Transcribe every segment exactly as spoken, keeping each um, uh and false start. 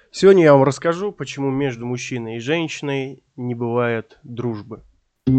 Сегодня я вам расскажу, почему между мужчиной и женщиной не бывает дружбы. О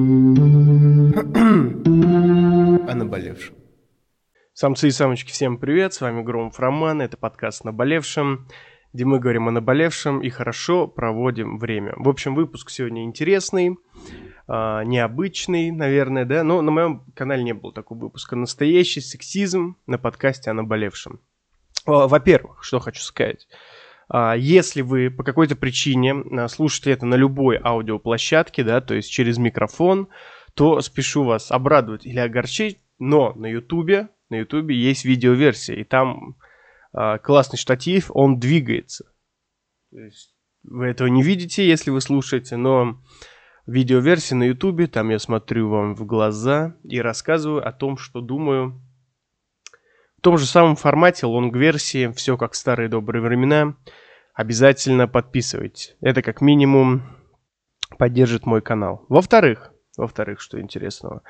наболевшем. Самцы и самочки, всем привет, с вами Громов Роман, это подкаст «Наболевшем», где мы говорим о наболевшем и хорошо проводим время. В общем, выпуск сегодня интересный, э, необычный, наверное, да, но на моем канале не было такого выпуска. Настоящий сексизм на подкасте о наболевшем. Во-первых, что хочу сказать. Если вы по какой-то причине слушаете это на любой аудиоплощадке, да, то есть через микрофон, то спешу вас обрадовать или огорчить, но на Ютубе, на Ютубе есть видеоверсия, и там а, классный штатив, он двигается. То есть вы этого не видите, если вы слушаете, но видеоверсия на Ютубе, там я смотрю вам в глаза и рассказываю о том, что думаю. В том же самом формате, лонг-версии, все как в старые добрые времена. Обязательно подписывайтесь. Это как минимум поддержит мой канал. Во-вторых, во-вторых, что интересного.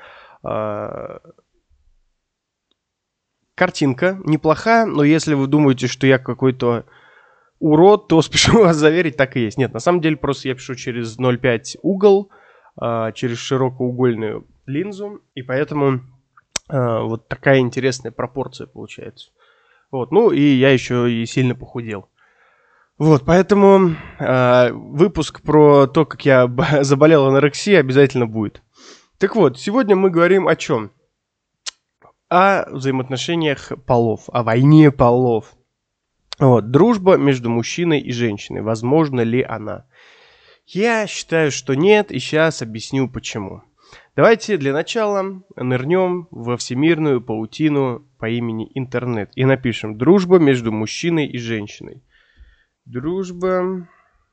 Картинка неплохая, но если вы думаете, что я какой-то урод, то спешу вас заверить, так и есть. Нет, на самом деле просто я пишу через ноль целых пять угол, через широкоугольную линзу, и поэтому... Вот такая интересная пропорция получается. Вот, ну и я еще и сильно похудел. Вот, поэтому э, выпуск про то, как я заболел анорексией, обязательно будет. Так вот, сегодня мы говорим о чем? О взаимоотношениях полов, о войне полов. Вот, дружба между мужчиной и женщиной. Возможна ли она? Я считаю, что нет, и сейчас объясню почему. Давайте для начала нырнем во всемирную паутину по имени интернет и напишем «Дружба между мужчиной и женщиной». Дружба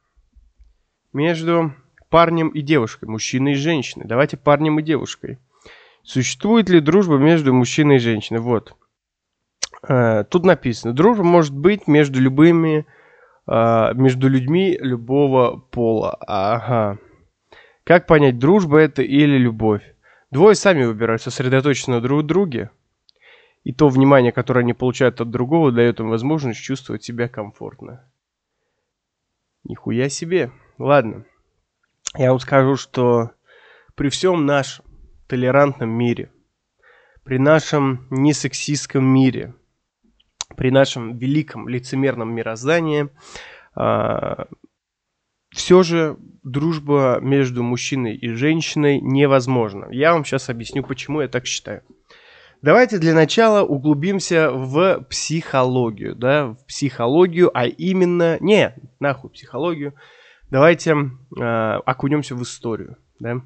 между парнем и девушкой, мужчиной и женщиной. Давайте парнем и девушкой. Существует ли дружба между мужчиной и женщиной? Вот. Тут написано «Дружба может быть между любыми, между людьми любого пола». Ага. Как понять, дружба это или любовь? Двое сами выбирают сосредоточенно друг в друге, и то внимание, которое они получают от другого, дает им возможность чувствовать себя комфортно. Нихуя себе. Ладно. Я вам скажу, что при всем нашем толерантном мире, при нашем несексистском мире, при нашем великом лицемерном мироздании, все же дружба между мужчиной и женщиной невозможна. Я вам сейчас объясню, почему я так считаю. Давайте для начала углубимся в психологию, да, в психологию, а именно... Не, нахуй психологию. Давайте э, окунемся в историю, да.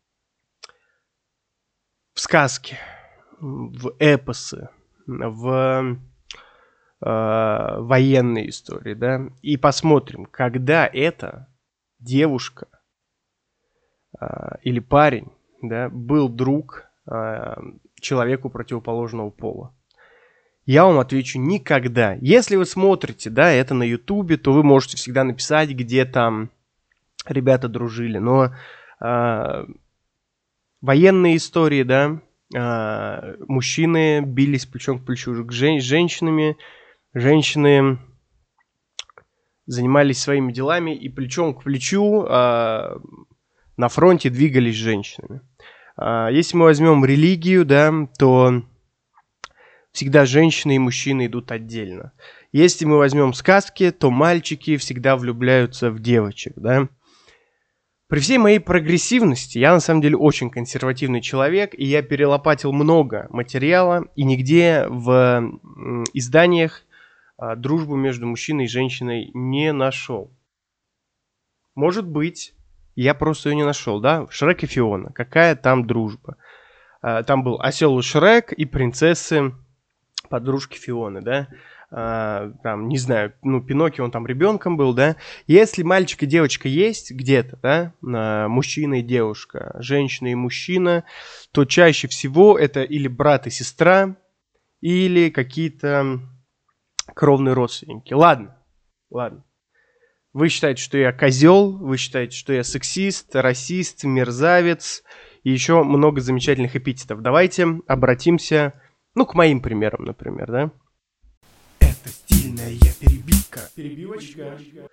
В сказки, в эпосы, в э, военные истории, да, и посмотрим, когда это... девушка э, или парень, да, был друг э, человеку противоположного пола. Я вам отвечу никогда. Если вы смотрите, да, это на Ютубе, то вы можете всегда написать, где там ребята дружили. Но э, военные истории, да, э, мужчины бились плечом к плечу с жен- женщинами, женщины занимались своими делами и плечом к плечу э, на фронте двигались с женщинами. Э, если мы возьмем религию, да, то всегда женщины и мужчины идут отдельно. Если мы возьмем сказки, то мальчики всегда влюбляются в девочек, да. При всей моей прогрессивности, я на самом деле очень консервативный человек, и я перелопатил много материала, и нигде в м, изданиях дружбу между мужчиной и женщиной не нашел. Может быть, я просто ее не нашел, да? Шрек и Фиона. Какая там дружба? Там был осел Шрек и принцессы, подружки Фионы, да? Там, не знаю, ну, Пиноккио, он там ребенком был, да? Если мальчик и девочка есть где-то, да? Мужчина и девушка, женщина и мужчина, то чаще всего это или брат и сестра, или какие-то... кровные родственники. Ладно, ладно. Вы считаете, что я козел, вы считаете, что я сексист, расист, мерзавец и еще много замечательных эпитетов. Давайте обратимся, ну, к моим примерам, например, да? Это стильная перебивка. Перебивочка.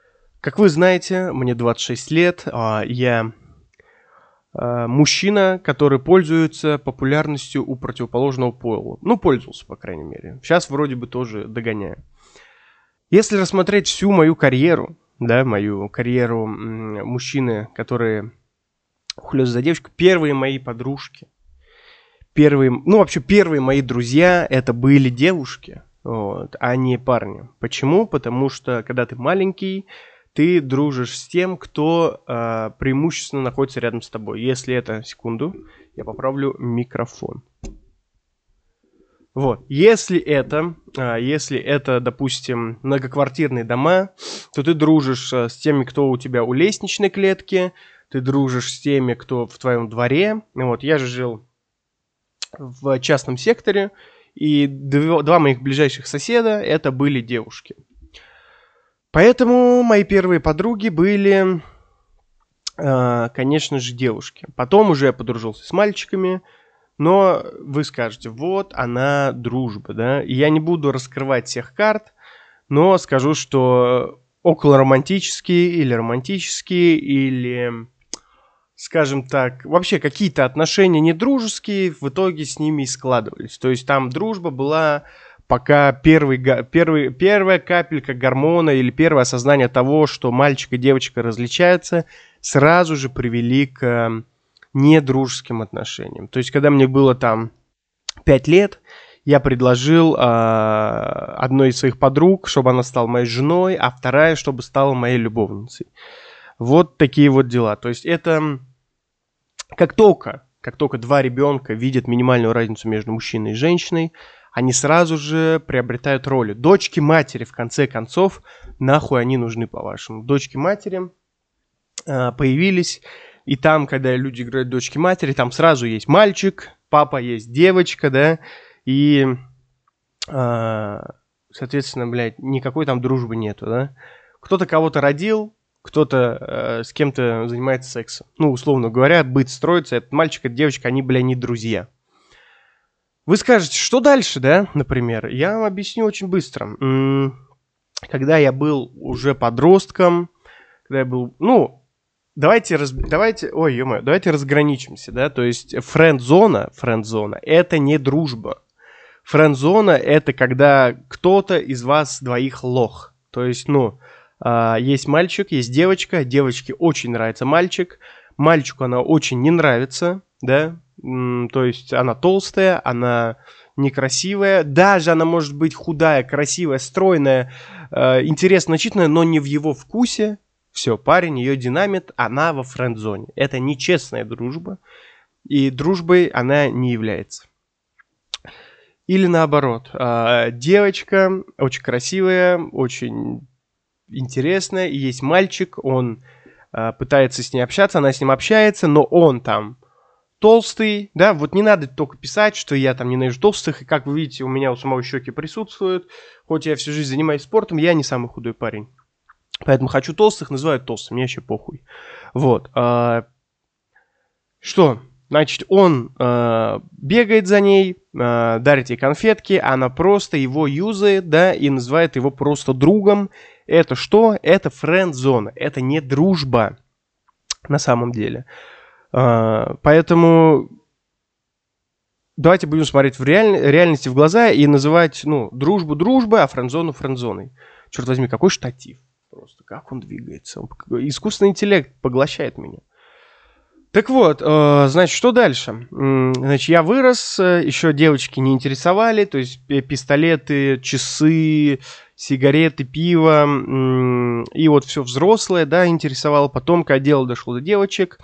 Как вы знаете, мне двадцать шесть лет, я мужчина, который пользуется популярностью у противоположного пола. Ну, пользовался, по крайней мере. Сейчас вроде бы тоже догоняю. Если рассмотреть всю мою карьеру, да, мою карьеру мужчины, которые ухлёст за девочку, первые мои подружки, первые, ну, вообще первые мои друзья, это были девушки, вот, а не парни. Почему? Потому что, когда ты маленький, ты дружишь с тем, кто э, преимущественно находится рядом с тобой. Если это... Секунду, я поправлю микрофон. Вот. Если это, э, если это, допустим, многоквартирные дома, то ты дружишь э, с теми, кто у тебя у лестничной клетки, ты дружишь с теми, кто в твоем дворе. Вот. Я же жил в частном секторе, и дв- два моих ближайших соседа это были девушки. Поэтому мои первые подруги были, э, конечно же, девушки. Потом уже я подружился с мальчиками, но вы скажете, вот она дружба, да. И я не буду раскрывать всех карт, но скажу, что околоромантические или романтические, или, скажем так, вообще какие-то отношения недружеские в итоге с ними и складывались. То есть там дружба была... Пока первый, первый, первая капелька гормона или первое осознание того, что мальчик и девочка различаются, сразу же привели к недружеским отношениям. То есть, когда мне было там пять лет, я предложил э, одной из своих подруг, чтобы она стала моей женой, а вторая, чтобы стала моей любовницей. Вот такие вот дела. То есть, это как только, как только два ребенка видят минимальную разницу между мужчиной и женщиной, они сразу же приобретают роли. Дочки матери, в конце концов, нахуй они нужны, по-вашему. Дочки матери э, появились, и там, когда люди играют дочки матери, там сразу есть мальчик, папа есть девочка, да, и, э, соответственно, блядь, никакой там дружбы нету, да. Кто-то кого-то родил, кто-то э, с кем-то занимается сексом. Ну, условно говоря, быт строится, этот мальчик, эта девочка, они, бля, не друзья. Вы скажете, что дальше, да, например? Я вам объясню очень быстро. Когда я был уже подростком, когда я был, ну, давайте, раз, давайте, ой, ё-моё, давайте разграничимся, да, то есть френд-зона, френд-зона, это не дружба. Френд-зона это когда кто-то из вас двоих лох. То есть, ну, есть мальчик, есть девочка, девочке очень нравится мальчик, мальчику она очень не нравится, да, то есть она толстая, она некрасивая, даже она может быть худая, красивая, стройная, э, интересно начитанная, но не в его вкусе. Все, парень ее динамит, она во френд-зоне. Это нечестная дружба, и дружбой она не является. Или наоборот, э, девочка очень красивая, очень интересная, и есть мальчик, он э, пытается с ней общаться, она с ним общается, но он там толстый, да, вот не надо только писать, что я там ненавижу толстых, и как вы видите, у меня у самого щеки присутствуют, хоть я всю жизнь занимаюсь спортом, я не самый худой парень, поэтому хочу толстых, называют толстым, мне вообще похуй, вот, а, что, значит, он а, бегает за ней, а, дарит ей конфетки, она просто его юзает, да, и называет его просто другом, это что? Это френд-зона, это не дружба на самом деле. Uh, поэтому давайте будем смотреть в реаль... реальности в глаза и называть, ну, дружбу дружбой, а френд-зону френд-зоной. Черт возьми, какой штатив. Просто как он двигается. Он... Искусственный интеллект поглощает меня. Так вот, uh, значит, что дальше? Uh, значит, я вырос, uh, еще девочки не интересовали, то есть пистолеты, часы, сигареты, пиво, uh, и вот все взрослое, да, интересовало. Потом, когда дело дошло до девочек,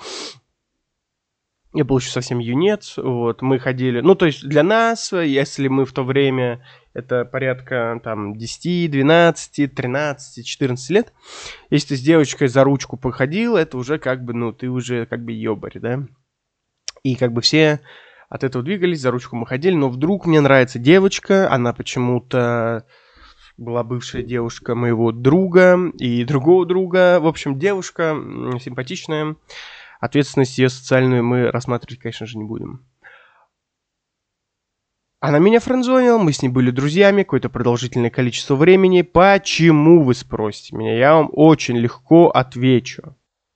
я был еще совсем юнец, вот, мы ходили, ну, то есть для нас, если мы в то время, это порядка, там, десять, двенадцать, тринадцать, четырнадцать лет, если ты с девочкой за ручку походил, это уже как бы, ну, ты уже как бы ёбарь, да, и как бы все от этого двигались, за ручку мы ходили, но вдруг мне нравится девочка, она почему-то была бывшая девушка моего друга и другого друга, в общем, девушка симпатичная. Ответственность ее социальную мы рассматривать, конечно же, не будем. Она меня френдзонила, мы с ней были друзьями какое-то продолжительное количество времени. Почему, вы спросите меня? Я вам очень легко отвечу.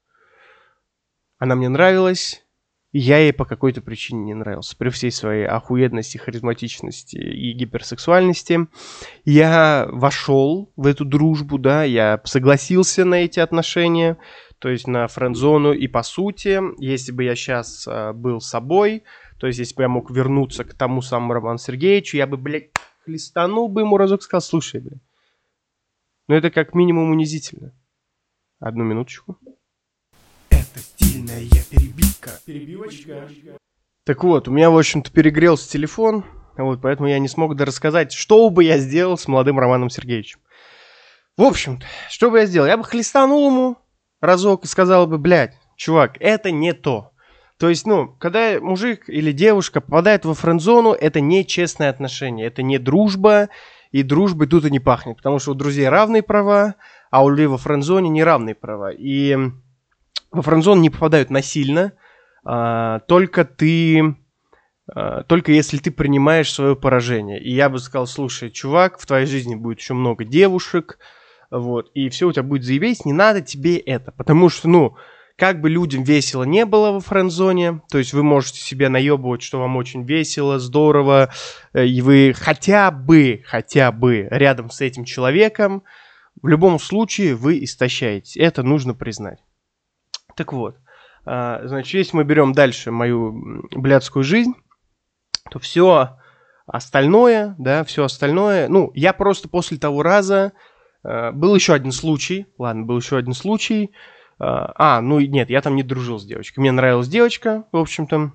Она мне нравилась, и я ей по какой-то причине не нравился. При всей своей охуенности, харизматичности и гиперсексуальности. Я вошел в эту дружбу, да, я согласился на эти отношения, то есть на френдзону. И по сути, если бы я сейчас э, был собой... То есть, если бы я мог вернуться к тому самому Роману Сергеевичу, я бы, блядь, хлестанул бы ему разок, сказал, слушай, блядь, ну это как минимум унизительно. Одну минуточку. Это стильная перебивка. Перебивочка. Так вот, у меня, в общем-то, перегрелся телефон, вот, поэтому я не смог дорассказать, что бы я сделал с молодым Романом Сергеевичем. В общем-то, что бы я сделал? Я бы хлестанул ему разок и сказал бы, блядь, чувак, это не то. То есть, ну, когда мужик или девушка попадает во френд-зону, это не честное отношение, это не дружба, и дружбой тут и не пахнет, потому что у друзей равные права, а у людей во френд-зоне неравные права. И во френд-зону не попадают насильно, а, только ты, а, только если ты принимаешь свое поражение. И я бы сказал, слушай, чувак, в твоей жизни будет еще много девушек, вот, и все у тебя будет заебись, не надо тебе это, потому что, ну, как бы людям весело не было во френд-зоне, то есть вы можете себе наебывать, что вам очень весело, здорово, и вы хотя бы, хотя бы рядом с этим человеком, в любом случае вы истощаетесь. Это нужно признать. Так вот, значит, если мы берем дальше мою блядскую жизнь, то все остальное, да, все остальное, ну, я просто после того раза, был еще один случай, ладно, был еще один случай, А, ну нет, я там не дружил с девочкой. Мне нравилась девочка, в общем-то.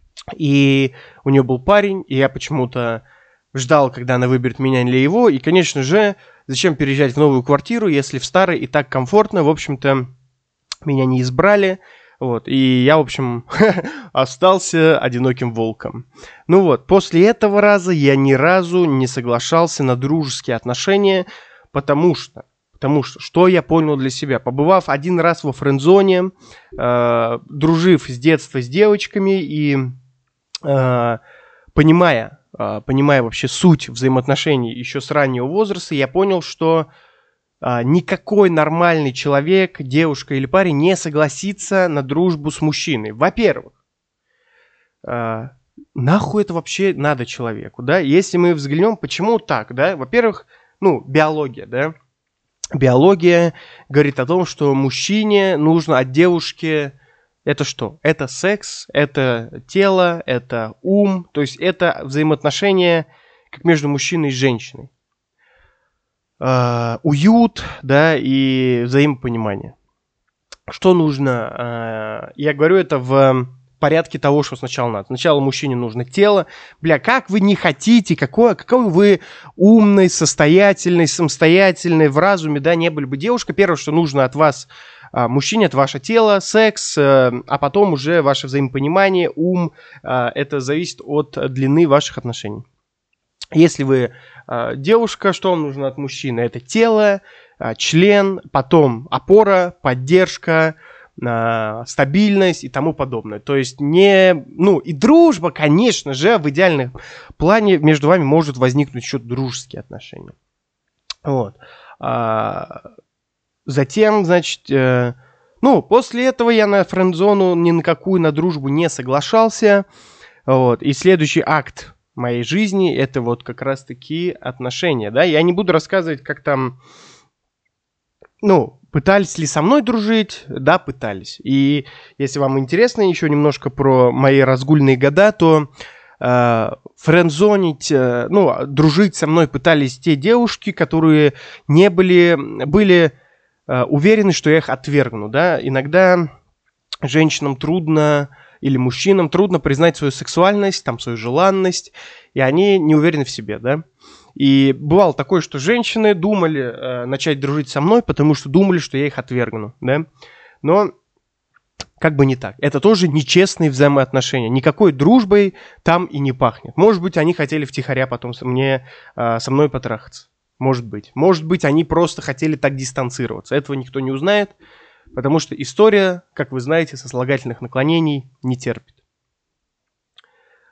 И у нее был парень, и я почему-то ждал, когда она выберет меня или его. И, конечно же, зачем переезжать в новую квартиру, если в старой и так комфортно. В общем-то, меня не избрали. Вот, и я, в общем, остался одиноким волком. Ну вот, после этого раза я ни разу не соглашался на дружеские отношения, потому что... Потому что, что я понял для себя? Побывав один раз во френд-зоне, э, дружив с детства с девочками и э, понимая, э, понимая вообще суть взаимоотношений еще с раннего возраста, я понял, что э, никакой нормальный человек, девушка или парень не согласится на дружбу с мужчиной. Во-первых, э, нахуй это вообще надо человеку, да? Если мы взглянем, почему так, да? Во-первых, ну, биология, да? Биология говорит о том, что мужчине нужно от девушки... Это что? Это секс, это тело, это ум. То есть это взаимоотношения как между мужчиной и женщиной. Э, уют, да, и взаимопонимание. Что нужно? Э, я говорю это в порядке того, что сначала надо. Сначала мужчине нужно тело. Бля, как вы не хотите, какой, какой вы умный, состоятельный, самостоятельный, в разуме, да, не были бы девушка. Первое, что нужно от вас, мужчине, это ваше тело, секс, а потом уже ваше взаимопонимание, ум. Это зависит от длины ваших отношений. Если вы девушка, что вам нужно от мужчины? Это тело, член, потом опора, поддержка, стабильность и тому подобное. То есть не... Ну, и дружба, конечно же, в идеальном плане между вами может возникнуть еще дружеские отношения. Вот. А, затем, значит... Э, ну, после этого я на френд-зону ни на какую, на дружбу не соглашался. Вот. И следующий акт моей жизни — это вот как раз-таки отношения, да. Я не буду рассказывать, как там... Ну, пытались ли со мной дружить? Да, пытались. И если вам интересно еще немножко про мои разгульные года, то э, френдзонить, э, ну, дружить со мной пытались те девушки, которые не были, были э, уверены, что я их отвергну, да. Иногда женщинам трудно или мужчинам трудно признать свою сексуальность, там, свою желанность, и они не уверены в себе, да. И бывало такое, что женщины думали э, начать дружить со мной, потому что думали, что я их отвергну, да. Но как бы не так. Это тоже нечестные взаимоотношения. Никакой дружбой там и не пахнет. Может быть, они хотели втихаря потом со, мне, э, со мной потрахаться. Может быть. Может быть, они просто хотели так дистанцироваться. Этого никто не узнает, потому что история, как вы знаете, сослагательных наклонений не терпит.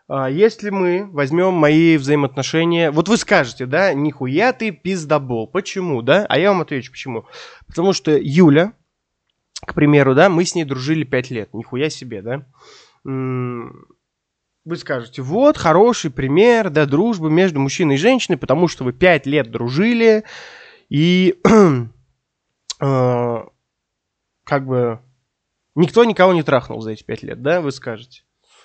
А, если мы возьмем мои взаимоотношения... Вот вы скажете, да, нихуя ты пиздобол. Почему, да? А я вам отвечу, почему. Потому что Юля, к примеру, да, мы с ней дружили пять лет. Нихуя себе, да? Вы скажете, вот, хороший пример, да, дружбы между мужчиной и женщиной, потому что вы пять лет дружили, и э, как бы никто никого не трахнул за эти пять лет, да, вы скажете.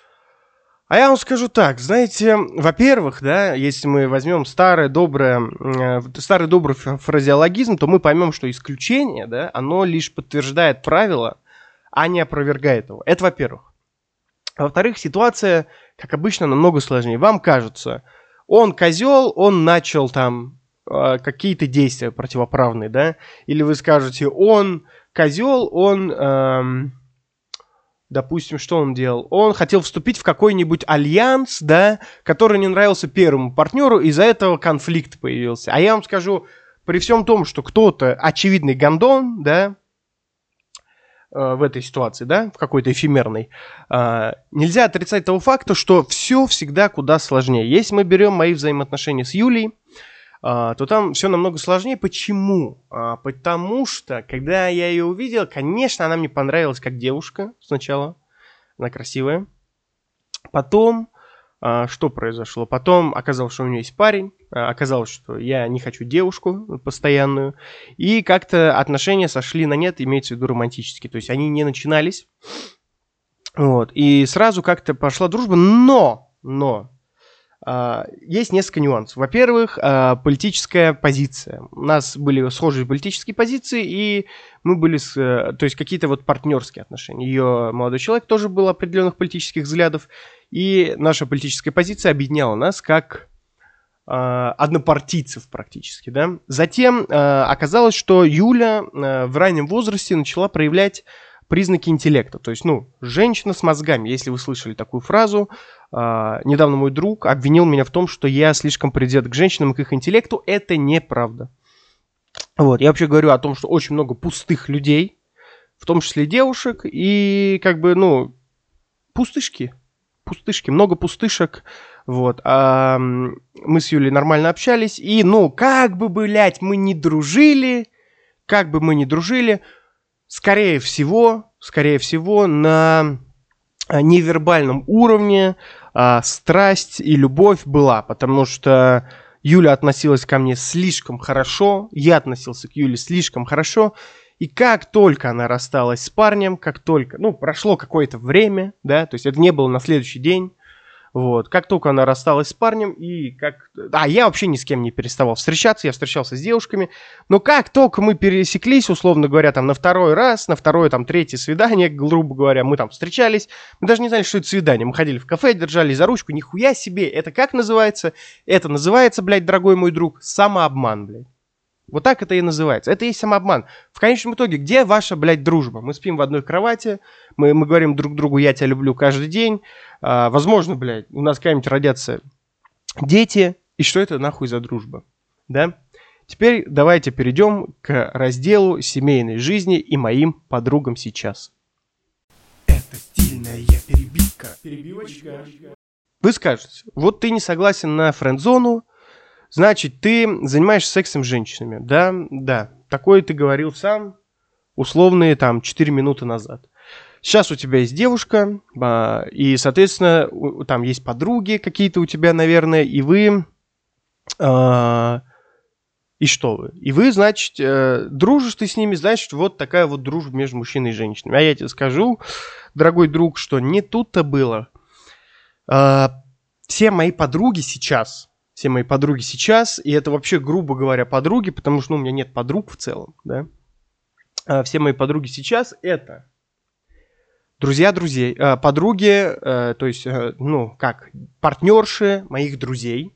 А я вам скажу так, знаете, во-первых, да, если мы возьмем старое доброе, э, старый добрый фразеологизм, то мы поймем, что исключение, да, оно лишь подтверждает правило, а не опровергает его. Это во-первых. Во-вторых, ситуация, как обычно, намного сложнее. Вам кажется, он козел, он начал там э, какие-то действия противоправные, да, или вы скажете, он козел, он... Э, Допустим, что он делал? Он хотел вступить в какой-нибудь альянс, да, который не нравился первому партнеру, из-за этого конфликт появился. А я вам скажу, при всем том, что кто-то очевидный гондон, да, э, в этой ситуации, да, в какой-то эфемерной, э, нельзя отрицать того факта, что все всегда куда сложнее. Если мы берем мои взаимоотношения с Юлей, Uh, то там все намного сложнее. Почему? Uh, потому что, когда я ее увидел, конечно, она мне понравилась как девушка сначала. Она красивая. Потом, uh, что произошло? Потом оказалось, что у нее есть парень. Uh, оказалось, что я не хочу девушку постоянную. И как-то отношения сошли на нет, имеется в виду романтически. То есть они не начинались. Вот. И сразу как-то пошла дружба. Но, но... Uh, есть несколько нюансов. Во-первых, uh, политическая позиция. У нас были схожие политические позиции, и мы были, с, uh, то есть какие-то вот партнерские отношения. Ее молодой человек тоже был определенных политических взглядов, и наша политическая позиция объединяла нас как uh, однопартийцев практически, да. Затем uh, оказалось, что Юля uh, в раннем возрасте начала проявлять признаки интеллекта. То есть, ну, женщина с мозгами. Если вы слышали такую фразу, э, недавно мой друг обвинил меня в том, что я слишком придет к женщинам и к их интеллекту. Это неправда. Вот, я вообще говорю о том, что очень много пустых людей, в том числе девушек, и как бы, ну, пустышки. Пустышки, много пустышек. Вот. А мы с Юлей нормально общались, и, ну, как бы, блядь, мы не дружили, как бы мы не дружили, Скорее всего, скорее всего, на невербальном уровне а, страсть и любовь была, потому что Юля относилась ко мне слишком хорошо, я относился к Юле слишком хорошо, и как только она рассталась с парнем, как только, ну, прошло какое-то время, да, то есть это не было на следующий день, вот, как только она рассталась с парнем, и как... А, я вообще ни с кем не переставал встречаться, я встречался с девушками, но как только мы пересеклись, условно говоря, там, на второй раз, на второе, там, третье свидание, грубо говоря, мы там встречались, мы даже не знали, что это свидание, мы ходили в кафе, держались за ручку, нихуя себе, это как называется? Это называется, блядь, дорогой мой друг, самообман, блядь. Вот так это и называется. Это и есть самообман. В конечном итоге, где ваша, блядь, дружба? Мы спим в одной кровати, мы, мы говорим друг другу «я тебя люблю» каждый день. А, возможно, блядь, у нас когда-нибудь родятся дети. И что это нахуй за дружба? Да? Теперь давайте перейдем к разделу семейной жизни и моим подругам сейчас. Это стильная перебивка. Перебивочка. Вы скажете, вот ты не согласен на френд-зону, значит, ты занимаешься сексом с женщинами. Да, да. Такое ты говорил сам, условные, там, четыре минуты назад. Сейчас у тебя есть девушка, а, и, соответственно, у, там есть подруги какие-то у тебя, наверное, и вы... А, и что вы? И вы, значит, э, дружишь ты с ними, значит, вот такая вот дружба между мужчиной и женщиной. А я тебе скажу, дорогой друг, что не тут-то было. А, все мои подруги сейчас... Все мои подруги сейчас, и это вообще, грубо говоря, подруги, потому что ну, у меня нет подруг в целом, да. А все мои подруги сейчас это друзья друзей, а, подруги, а, то есть, а, ну, как, партнерши моих друзей,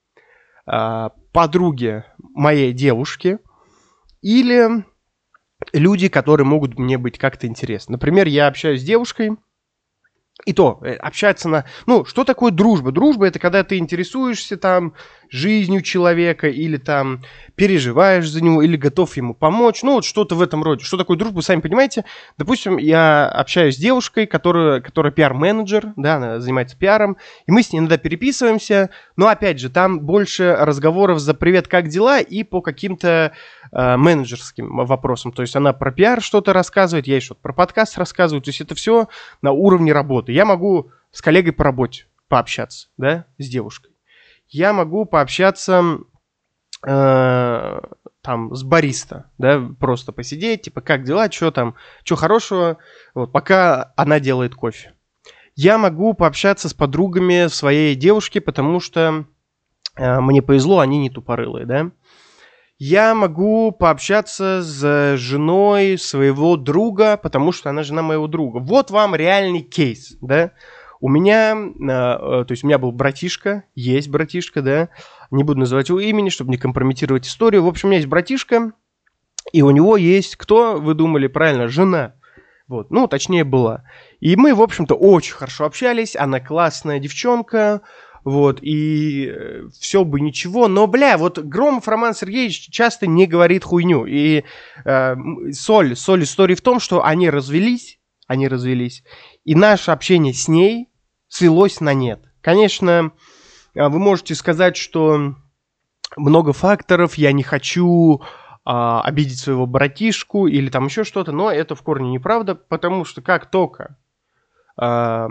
а, подруги моей девушки или люди, которые могут мне быть как-то интересны. Например, я общаюсь с девушкой, и то, общаться на... Ну, что такое дружба? Дружба — это когда ты интересуешься там жизнью человека, или там переживаешь за него, или готов ему помочь, ну вот что-то в этом роде. Что такое дружба, сами понимаете. Допустим, я общаюсь с девушкой, которая, которая пиар-менеджер, да, она занимается пиаром, и мы с ней иногда переписываемся, но опять же, там больше разговоров за «привет, как дела?» и по каким-то э, менеджерским вопросам. То есть она про пиар что-то рассказывает, я ей что-то про подкаст рассказываю, то есть это все на уровне работы. Я могу с коллегой по работе пообщаться, да, с девушкой. Я могу пообщаться э, там с бариста, да, просто посидеть, типа, как дела, что там, что хорошего, вот, пока она делает кофе. Я могу пообщаться с подругами своей девушки, потому что э, мне повезло, они не тупорылые, да. Я могу пообщаться с женой своего друга, потому что она жена моего друга. Вот вам реальный кейс, да. У меня, э, то есть у меня был братишка, есть братишка, да, не буду называть его имени, чтобы не компрометировать историю. В общем, у меня есть братишка, и у него есть, кто, вы думали, правильно, жена. Вот, ну, точнее, была. И мы, в общем-то, очень хорошо общались, она классная девчонка, вот, и все бы ничего, но, бля, вот Громов Роман Сергеевич часто не говорит хуйню, и э, соль, соль истории в том, что они развелись, они развелись, и наше общение с ней свелось на нет. Конечно, вы можете сказать, что много факторов, я не хочу а, обидеть своего братишку или там еще что-то, но это в корне неправда, потому что как только... А,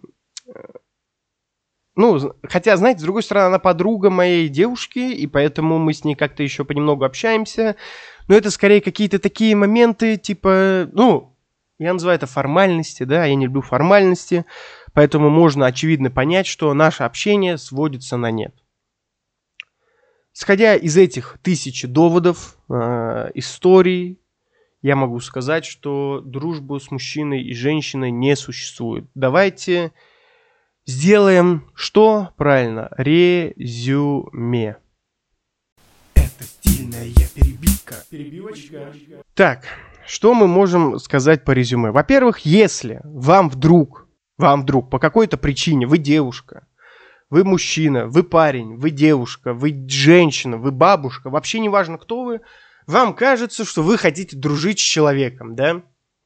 ну, хотя, знаете, с другой стороны, она подруга моей девушки, и поэтому мы с ней как-то еще понемногу общаемся, но это скорее какие-то такие моменты, типа, ну, я называю это формальности, да, я не люблю формальности, поэтому можно очевидно понять, что наше общение сводится на нет. Исходя из этих тысячи доводов, э, историй, я могу сказать, что дружбу с мужчиной и женщиной не существует. Давайте сделаем что? Правильно, резюме. Это стильная перебивка. Перебивочка. Так, что мы можем сказать по резюме? Во-первых, если вам вдруг, вам вдруг по какой-то причине, вы девушка, вы мужчина, вы парень, вы девушка, вы женщина, вы бабушка, вообще не важно, кто вы, вам кажется, что вы хотите дружить с человеком, да?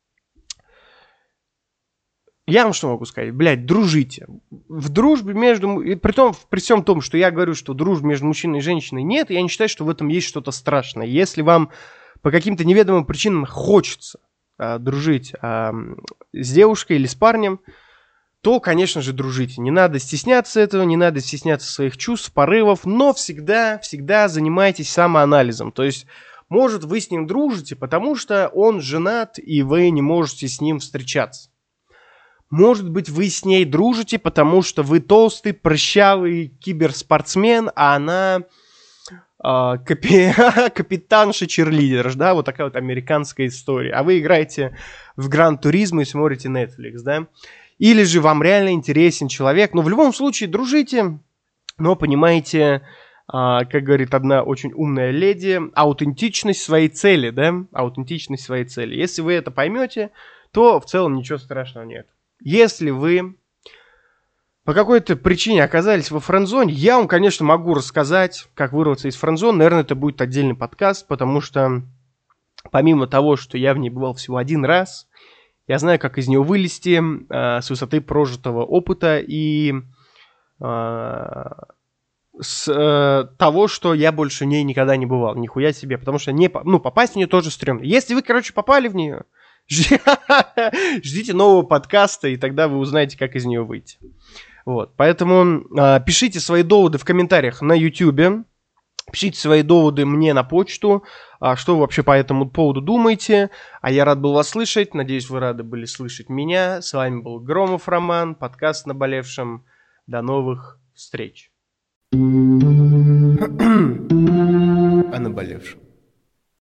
Я вам что могу сказать? Блядь, дружите. В дружбе между... И при, том, при всем том, что я говорю, что дружбы между мужчиной и женщиной нет, я не считаю, что в этом есть что-то страшное. Если вам по каким-то неведомым причинам хочется а, дружить а, с девушкой или с парнем, то, конечно же, дружите. Не надо стесняться этого, не надо стесняться своих чувств, порывов, но всегда, всегда занимайтесь самоанализом. То есть, может, вы с ним дружите, потому что он женат, и вы не можете с ним встречаться. Может быть, вы с ней дружите, потому что вы толстый, прыщавый киберспортсмен, а она э, капи... капитанша-черлидер, да, вот такая вот американская история. А вы играете в Гран-туризмо и смотрите Netflix, да. Или же вам реально интересен человек. Но в любом случае дружите, но понимаете, э, как говорит одна очень умная леди, аутентичность своей цели, да, аутентичность своей цели. Если вы это поймете, то в целом ничего страшного нет. Если вы по какой-то причине оказались во френдзоне, я вам, конечно, могу рассказать, как вырваться из френдзоны. Наверное, это будет отдельный подкаст, потому что помимо того, что я в ней бывал всего один раз, я знаю, как из нее вылезти э, с высоты прожитого опыта и э, с э, того, что я больше в ней никогда не бывал. Нихуя себе, потому что не, ну, попасть в нее тоже стрёмно. Если вы, короче, попали в нее... Ждите нового подкаста, и тогда вы узнаете, как из нее выйти. Вот, поэтому э, пишите свои доводы в комментариях на YouTube, пишите свои доводы мне на почту, э, что вы вообще по этому поводу думаете. А я рад был вас слышать, надеюсь, вы рады были слышать меня. С вами был Громов Роман, подкаст «Наболевшем». До новых встреч. О наболевшем.